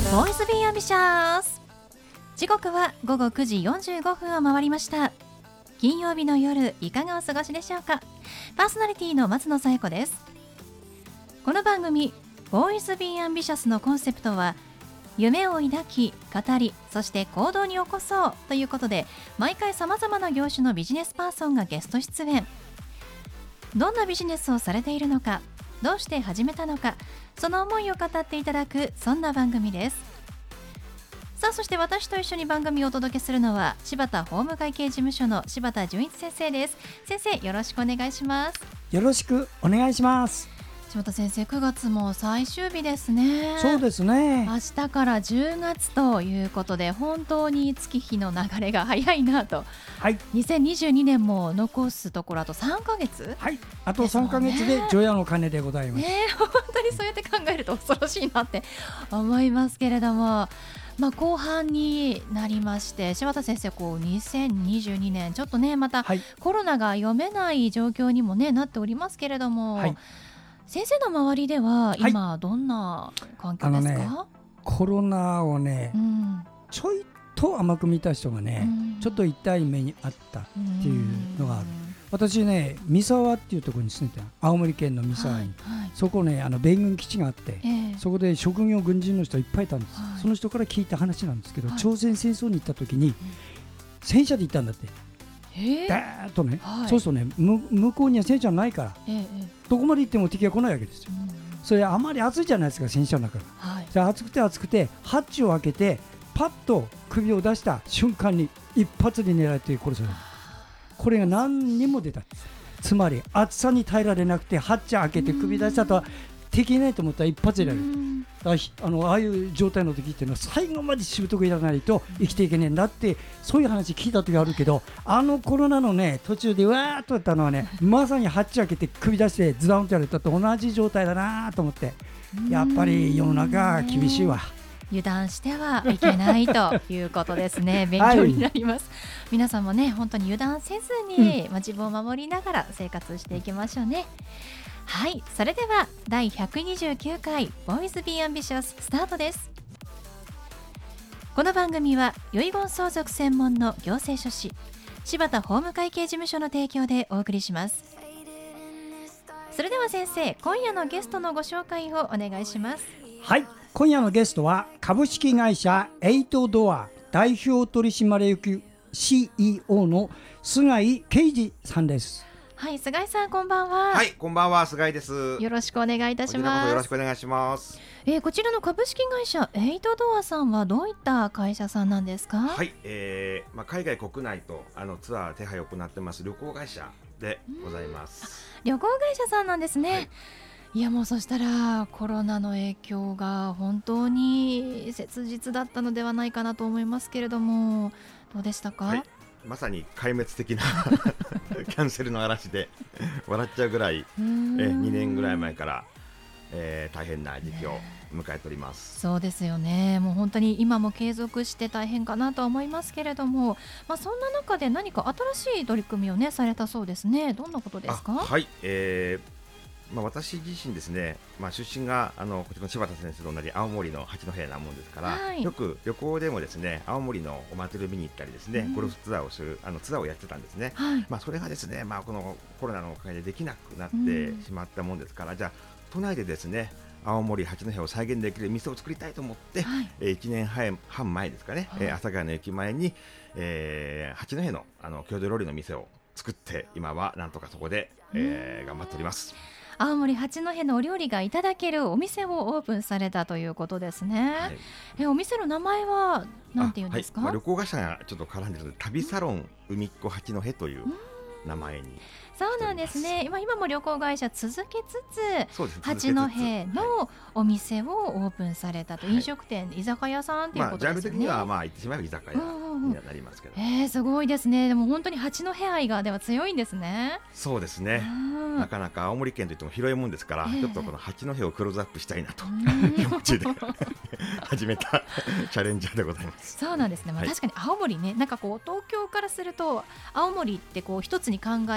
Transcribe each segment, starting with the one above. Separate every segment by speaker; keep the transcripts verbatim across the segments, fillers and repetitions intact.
Speaker 1: ボーイズビーアンビシャス。時刻はごごくじよんじゅうごふんを回りました。金曜日の夜いかがお過ごしでしょうか。パーソナリティの松野紗友子です。この番組ボーイズビーアンビシャスのコンセプトは夢を抱き語りそして行動に起こそうということで、毎回さまざまな業種のビジネスパーソンがゲスト出演。どんなビジネスをされているのか、どうして始めたのか、その思いを語っていただく、そんな番組です。さあ、そして私と一緒に番組をお届けするのは柴田法務会計事務所の柴田純一先生です。先生、よろしくお願いします。
Speaker 2: よろしくお願いします。
Speaker 1: 柴田先生、くがつも最終日ですね。
Speaker 2: そうですね。
Speaker 1: 明日からじゅうがつということで、本当に月日の流れが早いなと。はい、にせんにじゅうにねんも残すところあとさんかげつ。
Speaker 2: はい、あとさんかげつで除夜の鐘でございます、
Speaker 1: ね、本当にそうやって考えると恐ろしいなって思いますけれども、まあ、後半になりまして、柴田先生、こうにせんにじゅうにねんちょっとね、またコロナが読めない状況にも、ね、なっておりますけれども、はい、先生の周りでは今どんな環境ですか？はい、あのね、
Speaker 2: コロナをね、
Speaker 1: うん、
Speaker 2: ちょいと甘く見た人がね、うん、ちょっと痛い目にあったっていうのがある。私ね、三沢っていうところに住んでた、青森県の三沢に、はいはい、そこね、あの米軍基地があって、えー、そこで職業軍人の人いっぱいいたんです、はい、その人から聞いた話なんですけど、はい、朝鮮戦争に行った時に、うん、戦車で行ったんだって、えー、ダーッとね、はい、そうするとね、向こうには戦車ないから、えー、どこまで行っても敵が来ないわけですよ、うん、それあまり暑いじゃないですか、戦車の中が、はい、暑くて暑くてハッチを開けてパッと首を出した瞬間に一発で狙われて殺される。これが何にも出た。つまり暑さに耐えられなくてハッチ開けて首出したとは敵いないと思ったら一発でやる。あのああいう状態の時っていうのは最後までしぶとくいらないと生きていけねえんだって、そういう話聞いた時あるけど、あのコロナのね途中でわーっとやったのはね、まさにハッチ開けて首出してズダンとやると同じ状態だなと思って、やっぱり世の中厳しいわ。
Speaker 1: 油断してはいけないということですね。勉強になります、はい、皆さんもね、本当に油断せずに、うん、まあ、自分を守りながら生活していきましょうね。はい、それではだいひゃくにじゅうきゅうかいボーイズビーアンビシャススタートです。この番組は遺言相続専門の行政書士柴田法務会計事務所の提供でお送りします。それでは先生、今夜のゲストのご紹介をお願いします。
Speaker 2: はい、今夜のゲストは株式会社エイトドア代表取締役 シーイーオー の菅井啓二さんです。
Speaker 1: はい、菅井さん、こんばんは。
Speaker 3: はい、こんばんは、菅井です。
Speaker 1: よろしくお願いいたします。
Speaker 3: よろしくお願いします。
Speaker 1: えー、こちらの株式会社エイトドアさんはどういった会社さんなんですか？
Speaker 3: はい、えーまあ、海外国内とあのツアー手配を行ってます旅行会社でございます。
Speaker 1: 旅行会社さんなんですね。はい、いや、もうそしたらコロナの影響が本当に切実だったのではないかなと思いますけれども、どうでしたか？はい、
Speaker 3: まさに壊滅的なキャンセルの嵐で笑っちゃうぐらいえにねんぐらい前から、えー、大変な時期を迎えております。
Speaker 1: そうですよね。もう本当に今も継続して大変かなと思いますけれども、まあ、そんな中で何か新しい取り組みを、ね、されたそうですね。どんなことですか？
Speaker 3: はい、えーまあ、私自身ですね、まあ、出身があのこちらの柴田先生と同じ青森の八戸なもんですから、はい、よく旅行でもですね、青森のお祭りを見に行ったりですね、うん、ゴルフツアーをするあのツアーをやってたんですね。はい、まあ、それがですね、まあ、このコロナのおかげでできなくなってしまったもんですから、うん、じゃあ都内でですね、青森八戸を再現できる店を作りたいと思って、はい、えー、いちねんはん前ですかね、はい、えー、阿佐ヶ谷の駅前に、えー、八戸のあの郷土料理の店を作って、今はなんとかそこで、えー、頑張っております。
Speaker 1: 青森八戸のお料理がいただけるお店をオープンされたということですね。はい、えお店の名前は何て言うんですか？
Speaker 3: はい、まあ、旅行会社がちょっと絡んでるので、旅サロン海っ子八戸という名前に。
Speaker 1: そうなんですね。今, 今も旅行会社続けつつ八戸のお店をオープンされたと、はい、飲食店、居酒屋さんということですね。まあ、ジャンル的にはまあ言ってしまえば居酒屋になりますけど、うんうん、えー、すごいですね。でも本当に八戸愛がでは強いんですね。
Speaker 3: そうですね、なかなか青森県といっても広いもんですから、えー、ちょっとこの八戸をクローズアップしたいなと気持ちで始めたチャレンジャーでございます。
Speaker 1: そうなんですね。まあ、確かに青森ね、なんかこう東京からすると青森ってこう一つに考えがち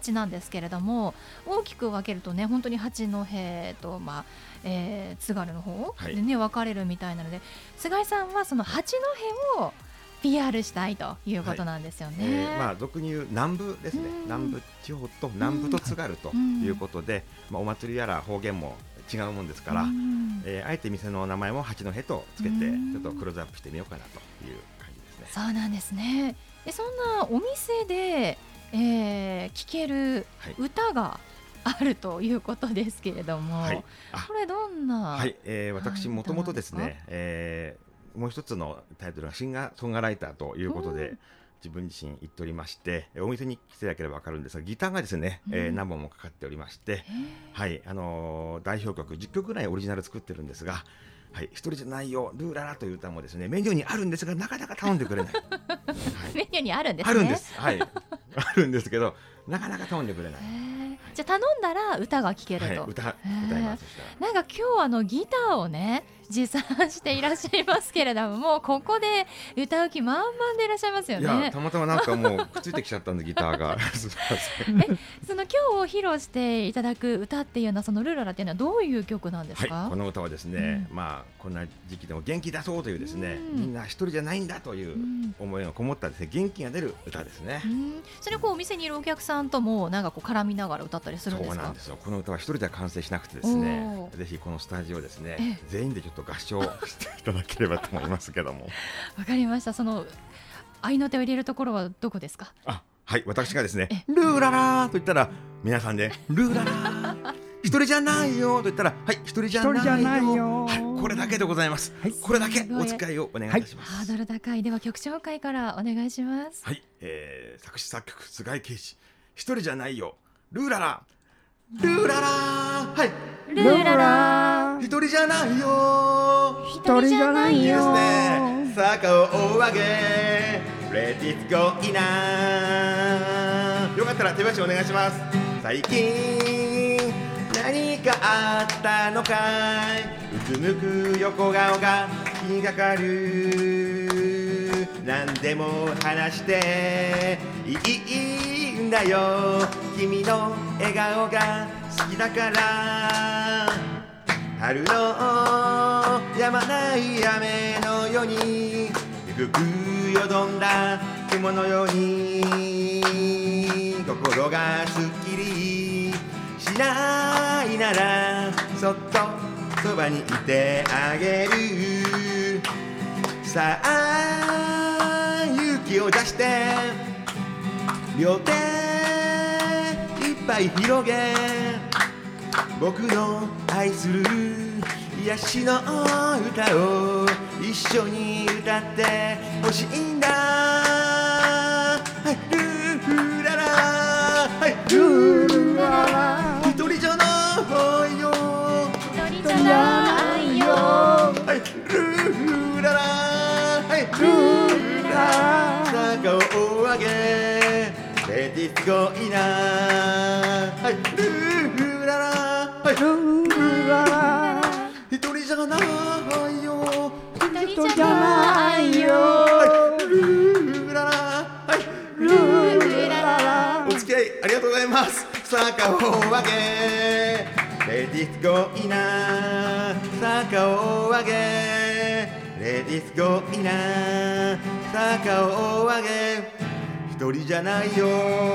Speaker 1: 八なんですけれども、大きく分けるとね本当に八戸と、まあえー、津軽の方でね、はい、分かれるみたいなので、菅井さんはその八戸を ピーアール したいということなんですよね。はい、
Speaker 3: えーまあ、俗に言う南部ですね、南部地方と南部と津軽ということで、まあ、お祭りやら方言も違うもんですから、えー、あえて店の名前も八戸とつけてちょっとクローズアップしてみようかなという感じですね。
Speaker 1: そうなんですね。でそんなお店で、えー、聴ける歌があるということですけれども、はい、これどんな、
Speaker 3: はい、えー、私もともとですね、えーもう一つのタイトルがシンガーソングライターということで自分自身言っておりまして、お店に来ていただければ分かるんですが、ギターがですね、うん、えー、何本もかかっておりまして、はい、あのー、代表曲じゅっきょくぐらいオリジナル作ってるんですが、はい、一人じゃないよルーララという歌もですねメニューにあるんですがなかなか頼んでくれない、はい、
Speaker 1: メニューにあるんですね。
Speaker 3: あるんです、はい、あるんですけどなかなか頼んでくれない。
Speaker 1: じゃあ頼んだら歌が聴けると、
Speaker 3: はい、歌、歌います。
Speaker 1: なんか今日あのギターをね持参していらっしゃいますけれども、もうここで歌う気満々でいらっしゃいますよね。
Speaker 3: いやたまたまなんかもうくっついてきちゃったんでギターが
Speaker 1: えその今日披露していただく歌っていうのはそのルーララっていうのはどういう曲なんですか？
Speaker 3: はい、この歌はですね、うん、まあこんな時期でも元気出そうというですね、うん、みんな一人じゃないんだという思いがこもったですね、元気が出る歌ですね。
Speaker 1: うん、それこうお店にいるお客さんともなんかこう絡みながら歌ったりするんですか？
Speaker 3: そうなんですよ。この歌は一人では完成しなくてですね、ぜひこのスタジオですね全員でちょっと合唱していただければと思いますけども。
Speaker 1: わかりました。その合いの手を入れるところはどこですか？
Speaker 3: あ、はい、私がですねルーララと言ったら皆さんでルーララ一人じゃないよと言ったらはい一人じゃないよ、はい、これだけでございます、はい、これだけお使いをお願いいたします。
Speaker 1: はい、ハードル高い。では曲紹介からお願いします。
Speaker 3: はい、えー、作詞作曲菅井圭司、一人じゃないよルーララルーララ、はい、
Speaker 1: ルーララ
Speaker 3: 一人じゃないよ
Speaker 1: 一人じゃないよ、
Speaker 3: いいですね。坂を追上げレディッツゴーイナー。よかったら手拍子お願いします。最近何かあったのかい、うつむく横顔が気にかかる、何でも話していいんだよ、君の笑顔が好きだから、春の止まない雨のように低くよどんだ雲のように心がすっきりしないならそっとそばにいてあげる。さあ勇気を出して両手いっぱい広げ、僕の愛する癒しの歌を一緒に歌ってほしいんだ。はい、ルーララ、はい、ルーララ、一人じゃないよ
Speaker 1: 一人じゃないよ、
Speaker 3: はい、ルーララ、はい、ルーララ、坂を上げレディッツゴーイナー、はい、ルーララ、はい、ルーララ、一人じゃないよ
Speaker 1: 一人じゃないよ、
Speaker 3: はい、ルーララ、はい、ルーララ、お付き合いありがとうございます。坂を上げレディッツゴーイナー、坂を上げレディッツゴーイナー、坂を上げ一人じゃないよ。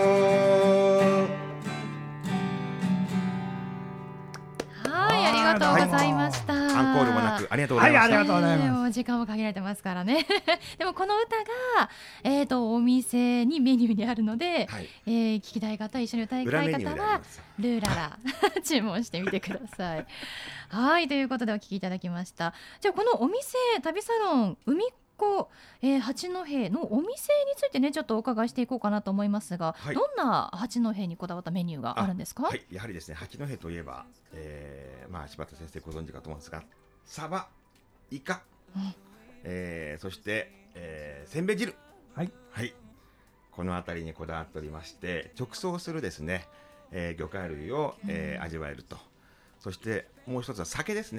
Speaker 1: はい、ありがとうございました。
Speaker 3: アンコールもなくありがとうございました。
Speaker 2: はい、ありがとうございます。
Speaker 1: もう時間も限られてますからねでもこの歌が、えー、とお店にメニューにあるので、はい、えー、聞きたい方、一緒に歌いたい方はルーララ注文してみてくださいはい、ということでお聞きいただきました。じゃあこのお店旅サロン海こえー、八戸のお店についてねちょっとお伺いしていこうかなと思いますが、はい、どんな八戸にこだわったメニューがあるんですか？
Speaker 3: はい、やはりですね八戸といえば、えーまあ、柴田先生ご存知かと思うんですがサバ、イカ、うん、えー、そして、えー、せんべい汁、はい、はい、この辺りにこだわっておりまして直送するですね、えー、魚介類を、えー、味わえると。そしてもう一つは酒ですね。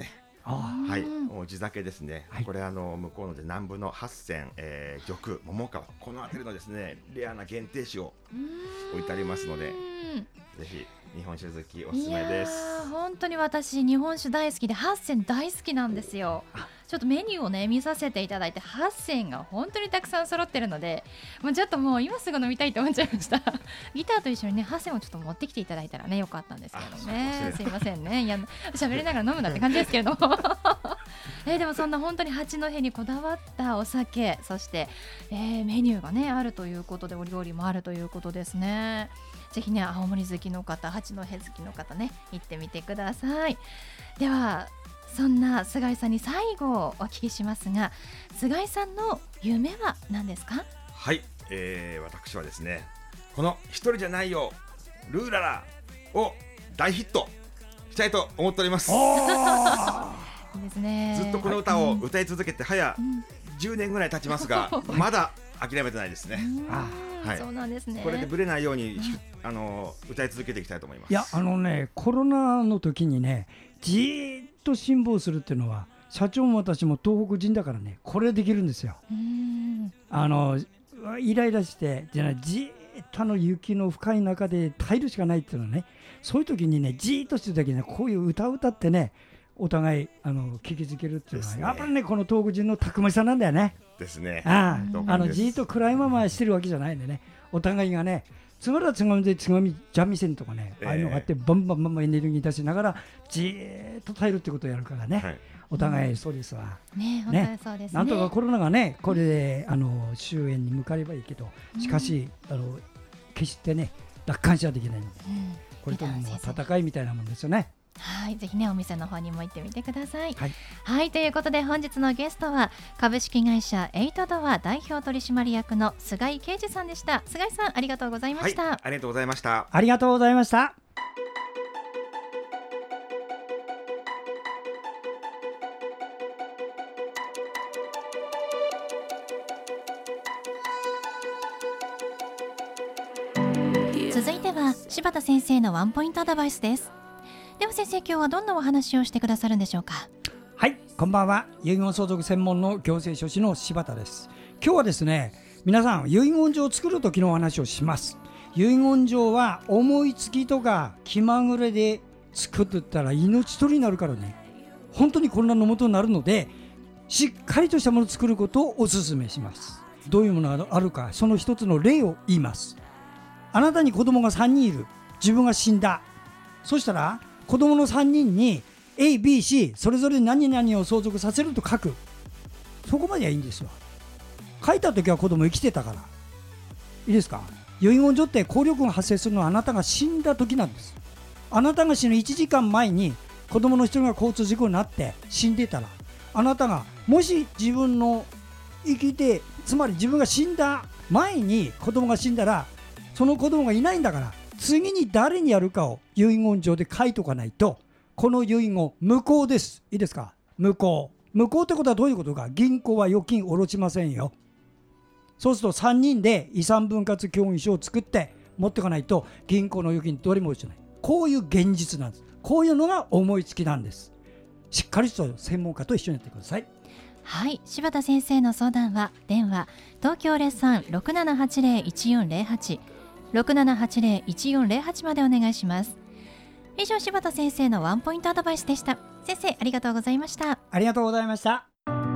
Speaker 3: はい、もう地酒ですね、
Speaker 2: はい、
Speaker 3: これあの向こうので南部の八泉、えー、玉、桃川、この辺りのですねレアな限定酒を置いてありますので、ぜひ日本酒好きおすすめです。
Speaker 1: いや本当に私日本酒大好きで八泉大好きなんですよ。ちょっとメニューをね見させていただいて、八泉が本当にたくさん揃ってるので、もうちょっともう今すぐ飲みたいと思っちゃいましたギターと一緒にね八泉をちょっと持ってきていただいたらねよかったんですけどね。すいませんね、いや喋りながら飲むなって感じですけれどもえー、でもそんな本当に八戸にこだわったお酒、そして、えー、メニューがねあるということで、お料理もあるということですね。ぜひね青森好きの方、八戸好きの方ね行ってみてください。ではそんな菅井さんに最後お聞きしますが、菅井さんの夢は何ですか？
Speaker 3: はい、えー、私はですねこの一人じゃないよルーララを大ヒットしたいと思っております
Speaker 1: いいですね。
Speaker 3: ずっとこの歌を歌い続けて早じゅうねんぐらい経ちますが、うん、まだ諦めてないですね。
Speaker 1: あ、はい、そうなんですね。
Speaker 3: これでブレないように、あの歌い続けていきたいと思います。
Speaker 2: いやあのねコロナの時にねじーっと辛抱するっていうのは、社長も私も東北人だからねこれできるんですよ。うんあのイライラしてじゃないじーっとあの雪の深い中で耐えるしかないっていうのはね、そういう時にねじーっとしてる時にねこういう歌を歌ってねお互いあの聞きづけるっていうのは、ね、やっぱりねこの東北人のたくましさなんだよね。
Speaker 3: ですね。
Speaker 2: あああのじーっと暗いまましてるわけじゃないんでね、お互いがねつがらつがみでつがみじゃんみせんとかね、えー、ああいうのがあってバンバンバンバンエネルギー出しながらじーっと耐えるってことをやるからね、はい、お互いそうですわ、
Speaker 1: うん、ね本当にそうですね。
Speaker 2: なんとかコロナがねこれであの終焉に向かればいいけど、しかし、うん、あの決してね楽観視はできないので、うん、これとも戦いみたいなもんですよね。
Speaker 1: はい、ぜひねお店の方にも行ってみてください。はい、はい、ということで本日のゲストは株式会社エイトドア代表取締役の菅井啓二さんでした。菅井さんありがとうございました。
Speaker 3: はい、ありがとうございました。
Speaker 2: ありがとうございました。
Speaker 1: 続いては柴田先生のワンポイントアドバイスです。では先生、今日はどんなお話をしてくださるんでしょうか？
Speaker 2: はい、こんばんは。遺言相続専門の行政書士の柴田です。今日はですね、皆さん遺言状を作る時のお話をします。遺言状は思いつきとか気まぐれで作ってったら命取りになるからね、本当に混乱のもとになるので、しっかりとしたものを作ることをお勧めします。どういうものがあるか、その一つの例を言います。あなたに子供がさんにんいる。自分が死んだ。そしたら子供のさんにんに エービーシー それぞれ何々を相続させると書く。そこまではいいんですよ。書いた時は子供生きてたから。いいですか？遺言状って効力が発生するのはあなたが死んだ時なんです。あなたが死ぬいちじかんまえに子供の一人が交通事故になって死んでたら、あなたがもし自分の生きて、つまり自分が死んだ前に子供が死んだら、その子供がいないんだから、次に誰にやるかを遺言状で書いておかないと、この遺言無効です。いいですか？無効。無効ってことはどういうことか？銀行は預金下ろしませんよ。そうするとさんにんで遺産分割協議書を作って持っていかないと銀行の預金どれも落ちない。こういう現実なんです。こういうのが思いつきなんです。しっかりと専門家と一緒にやってください。
Speaker 1: はい、柴田先生の相談は電話東京 ゼロさん ろくななはちゼロ いちよんゼロはち ろくななはちゼロ いちよんゼロはちまでお願いします。以上、柴田先生のワンポイントアドバイスでした。先生ありがとうございました。
Speaker 2: ありがとうございました。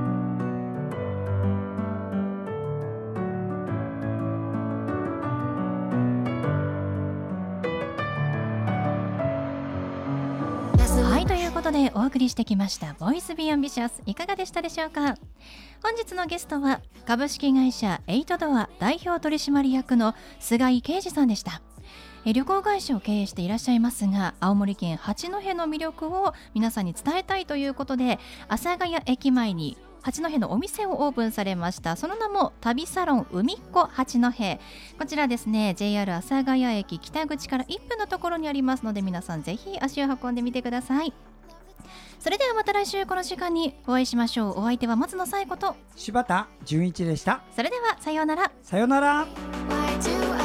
Speaker 1: はい、ということでお送りしてきましたボイスビーアンビシャス、いかがでしたでしょうか？本日のゲストは株式会社エイトドア代表取締役の菅井啓二さんでした。旅行会社を経営していらっしゃいますが、青森県八戸の魅力を皆さんに伝えたいということで、阿佐ヶ谷駅前に八戸のお店をオープンされました。その名も旅サロン海っ子八戸。こちらですね、 ジェイアール 阿佐ヶ谷駅北口からいっぷんのところにありますので、皆さんぜひ足を運んでみてください。それではまた来週この時間にお会いしましょう。お相手は松野紗友子と
Speaker 2: 柴田純一でした。
Speaker 1: それではさようなら。
Speaker 2: さようなら。